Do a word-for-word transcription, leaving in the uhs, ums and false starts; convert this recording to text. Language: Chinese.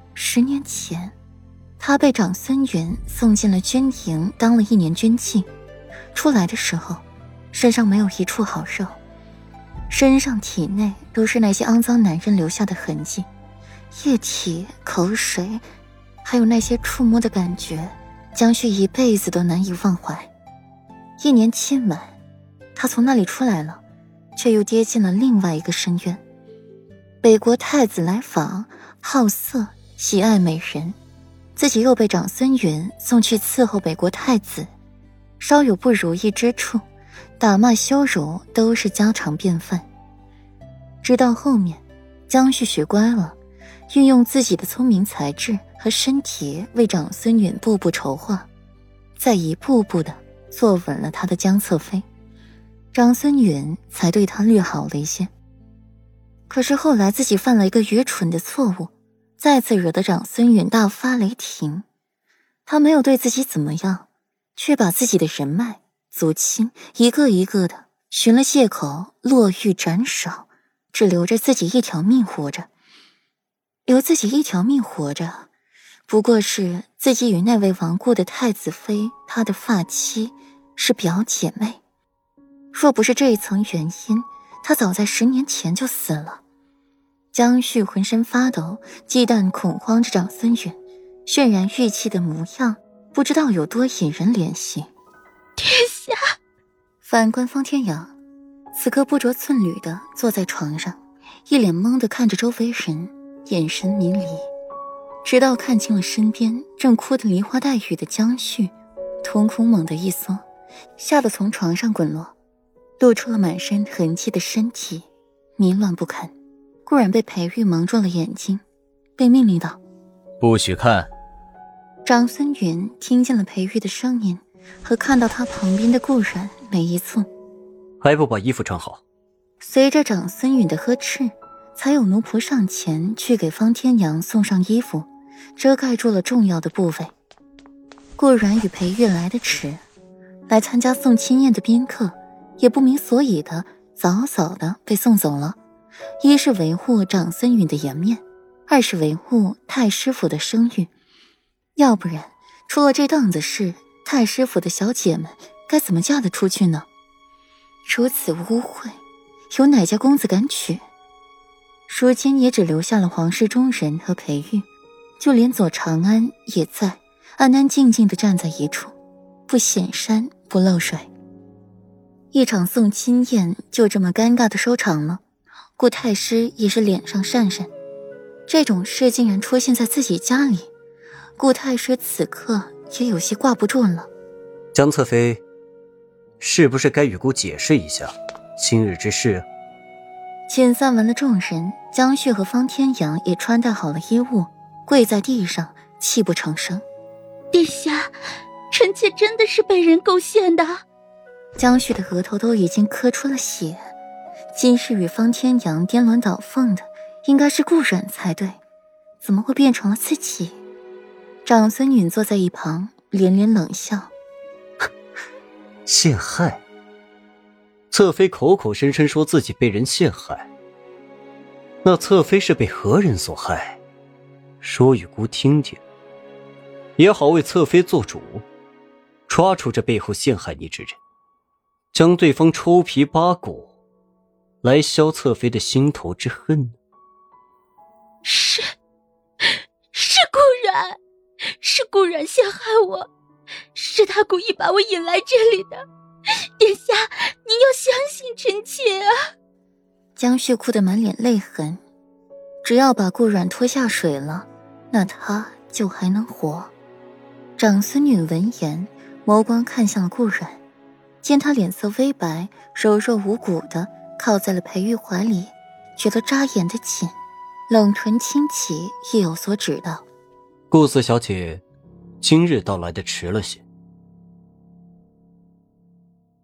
十年前，他被长孙允送进了军营，当了一年军妓。出来的时候，身上没有一处好肉，身上体内都是那些肮脏男人留下的痕迹，液体、口水，还有那些触摸的感觉，江旭一辈子都难以忘怀。一年期满，他从那里出来了，却又跌进了另外一个深渊。北国太子来访，好色，喜爱美人，自己又被长孙允送去伺候北国太子，稍有不如意之处，打骂羞辱都是家常便饭。直到后面，江旭学乖了，运用自己的聪明才智和身体为长孙允步步筹划，再一步步的坐稳了他的江侧妃，长孙允才对他略好了一些。可是后来自己犯了一个愚蠢的错误，再次惹得长孙允大发雷霆。他没有对自己怎么样，却把自己的人脉、族亲一个一个的寻了借口落狱斩首，只留着自己一条命活着。留自己一条命活着，不过是自己与那位亡故的太子妃，她的发妻，是表姐妹。若不是这一层原因，他早在十年前就死了。江旭浑身发抖，忌惮恐慌着长孙允，渲然欲泣的模样，不知道有多引人怜惜。 殿下。 反观方天阳，此刻不着寸缕地坐在床上，一脸懵地看着周围人，眼神迷离。直到看清了身边正哭得梨花带雨的江旭，瞳孔猛地一缩，吓得从床上滚落，露出了满身痕迹的身体，迷乱不堪。顾然被裴玉蒙住了眼睛，被命令道： 不许看。 长孙允听见了裴玉的声音，和看到他旁边的顾然没一蹙。 还不把衣服穿好。 随着长孙允的呵斥，才有奴仆上前去给方天阳送上衣服，遮盖住了重要的部位。顾然与裴玉来得迟，来参加送亲宴的宾客也不明所以的早早的被送走了。一是维护长孙允的颜面，二是维护太师府的声誉。要不然出了这档子事，太师府的小姐们该怎么嫁得出去呢？如此污秽，有哪家公子敢娶？如今也只留下了皇室中人和裴玉，就连左长安也在安安静静地站在一处，不显山不漏水。一场送亲宴就这么尴尬地收场了。顾太师也是脸上讪讪，这种事竟然出现在自己家里，顾太师此刻也有些挂不住了。 江侧妃，是不是该与姑解释一下今日之事？ 遣散完了众人，江旭和方天阳也穿戴好了衣物，跪在地上泣不成声。 殿下，臣妾真的是被人构陷的。 江旭的额头都已经磕出了血，今日与方天阳颠鸾倒凤的应该是顾阮才对，怎么会变成了自己？长孙允坐在一旁连连冷笑。 陷害？侧妃口口声声说自己被人陷害，那侧妃是被何人所害？说与姑听听，也好为侧妃做主，抓住这背后陷害你之人，将对方抽皮扒骨，来消侧妃的心头之恨。 是是顾然，是顾然陷害我，是他故意把我引来这里的。殿下，您要相信臣妾啊！ 江旭哭得满脸泪痕，只要把顾阮拖下水了，那他就还能活。长孙女闻言，眸光看向了顾阮，见他脸色微白，柔弱无骨的靠在了裴玉怀里，觉得扎眼的紧，冷唇轻启，意有所指道： 顾四小姐今日倒来的迟了些。